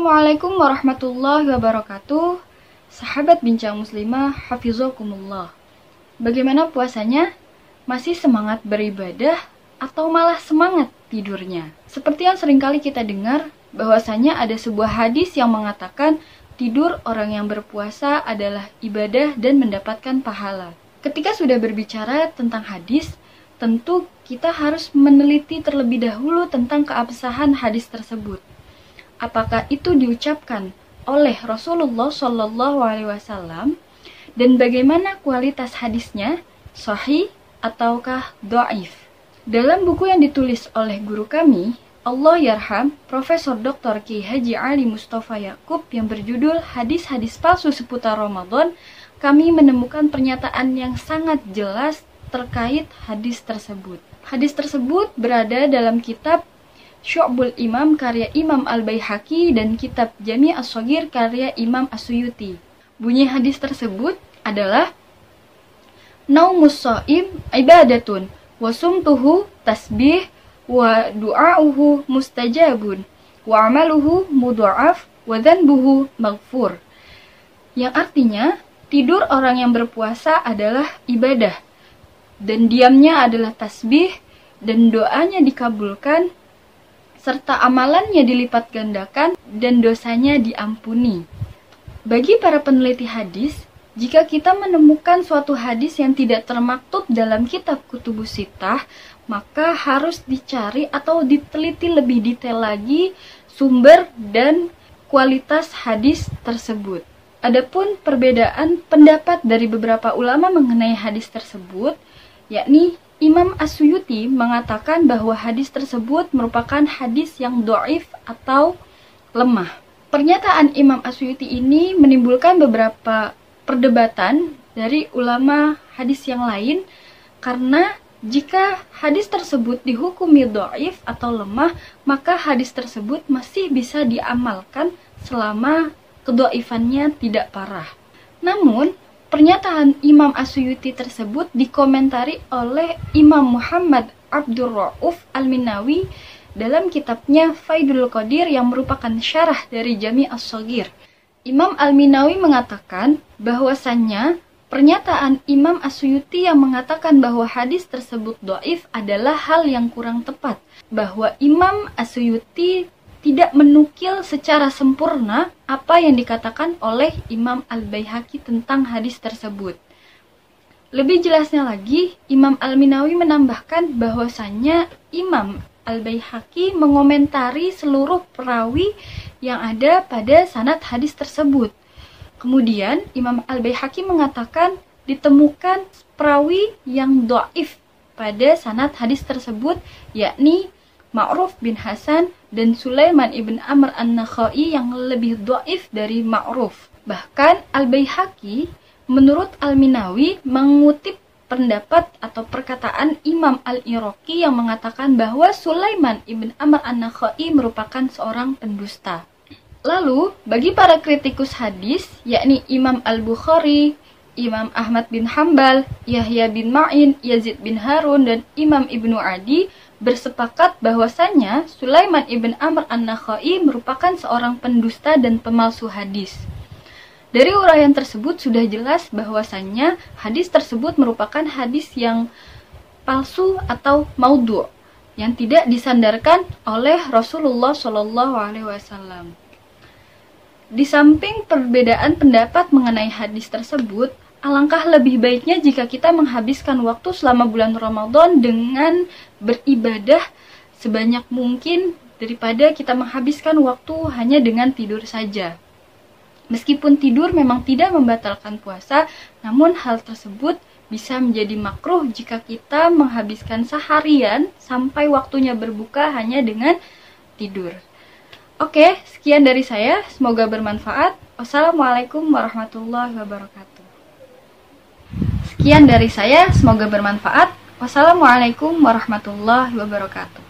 Assalamualaikum warahmatullahi wabarakatuh. Sahabat bincang muslimah, hafizakumullah. Bagaimana puasanya? Masih semangat beribadah atau malah semangat tidurnya? Seperti yang seringkali kita dengar, bahwasanya ada sebuah hadis yang mengatakan tidur orang yang berpuasa adalah ibadah dan mendapatkan pahala. Ketika sudah berbicara tentang hadis, tentu kita harus meneliti terlebih dahulu tentang keabsahan hadis tersebut. Apakah itu diucapkan oleh Rasulullah Shallallahu Alaihi Wasallam dan bagaimana kualitas hadisnya, sahih ataukah dhaif? Dalam buku yang ditulis oleh guru kami, Allah Yarham, Profesor Dr. Ki Haji Ali Mustafa Yakub yang berjudul Hadis-hadis palsu seputar Ramadan, kami menemukan pernyataan yang sangat jelas terkait hadis tersebut. Hadis tersebut berada dalam kitab Syu'bul Imam karya Imam Al-Baihaqi dan kitab Jami' As-Shaghir karya Imam As-Suyuti. Bunyi hadis tersebut adalah Naumus shaim ibadatun wa sumtuhu tasbih wa du'auhu mustajabun wa amaluhu mudha'af wa dhanbuhu maghfur. Yang artinya, tidur orang yang berpuasa adalah ibadah dan diamnya adalah tasbih dan doanya dikabulkan serta amalannya dilipat gandakan dan dosanya diampuni. Bagi para peneliti hadis, jika kita menemukan suatu hadis yang tidak termaktub dalam kitab Kutubus Sittah, maka harus dicari atau diteliti lebih detail lagi sumber dan kualitas hadis tersebut. Adapun perbedaan pendapat dari beberapa ulama mengenai hadis tersebut, yakni Imam As-Suyuti mengatakan bahwa hadis tersebut merupakan hadis yang dhaif atau lemah. Pernyataan Imam As-Suyuti ini menimbulkan beberapa perdebatan dari ulama hadis yang lain karena jika hadis tersebut dihukumi dhaif atau lemah, maka hadis tersebut masih bisa diamalkan selama kedhaifannya tidak parah. Namun, pernyataan Imam As-Suyuti tersebut dikomentari oleh Imam Muhammad Abdur Rauf Al-Minawi dalam kitabnya Faidul Qadir yang merupakan syarah dari Jami' As-Shaghir. Imam Al-Minawi mengatakan bahwasannya pernyataan Imam As-Suyuti yang mengatakan bahwa hadis tersebut dhaif adalah hal yang kurang tepat, bahwa Imam As-Suyuti tidak menukil secara sempurna apa yang dikatakan oleh Imam Al-Baihaqi tentang hadis tersebut. Lebih jelasnya lagi, Imam Al-Minawi menambahkan bahwasannya Imam Al-Baihaqi mengomentari seluruh perawi yang ada pada sanad hadis tersebut. Kemudian Imam Al-Baihaqi mengatakan ditemukan perawi yang dhaif pada sanad hadis tersebut, yakni Ma'ruf bin Hasan dan Sulaiman ibn Amr an-Nakhai yang lebih dhaif dari Ma'ruf. Bahkan Al-Baihaqi menurut Al-Minawi mengutip pendapat atau perkataan Imam Al-Iraqi yang mengatakan bahwa Sulaiman ibn Amr an-Nakhai merupakan seorang pendusta. Lalu, bagi para kritikus hadis, yakni Imam Al-Bukhari, Imam Ahmad bin Hanbal, Yahya bin Ma'in, Yazid bin Harun, dan Imam Ibnu Adi bersepakat bahwasannya Sulaiman ibn Amr an-Nakhai merupakan seorang pendusta dan pemalsu hadis. Dari uraian tersebut sudah jelas bahwasannya hadis tersebut merupakan hadis yang palsu atau maudhu' yang tidak disandarkan oleh Rasulullah Shallallahu Alaihi Wasallam. Di samping perbedaan pendapat mengenai hadis tersebut, alangkah lebih baiknya jika kita menghabiskan waktu selama bulan Ramadan dengan beribadah sebanyak mungkin daripada kita menghabiskan waktu hanya dengan tidur saja. Meskipun tidur memang tidak membatalkan puasa, namun hal tersebut bisa menjadi makruh jika kita menghabiskan seharian sampai waktunya berbuka hanya dengan tidur. Oke, sekian dari saya. Semoga bermanfaat. Wassalamualaikum warahmatullahi wabarakatuh. Sekian dari saya, semoga bermanfaat. Wassalamualaikum warahmatullahi wabarakatuh.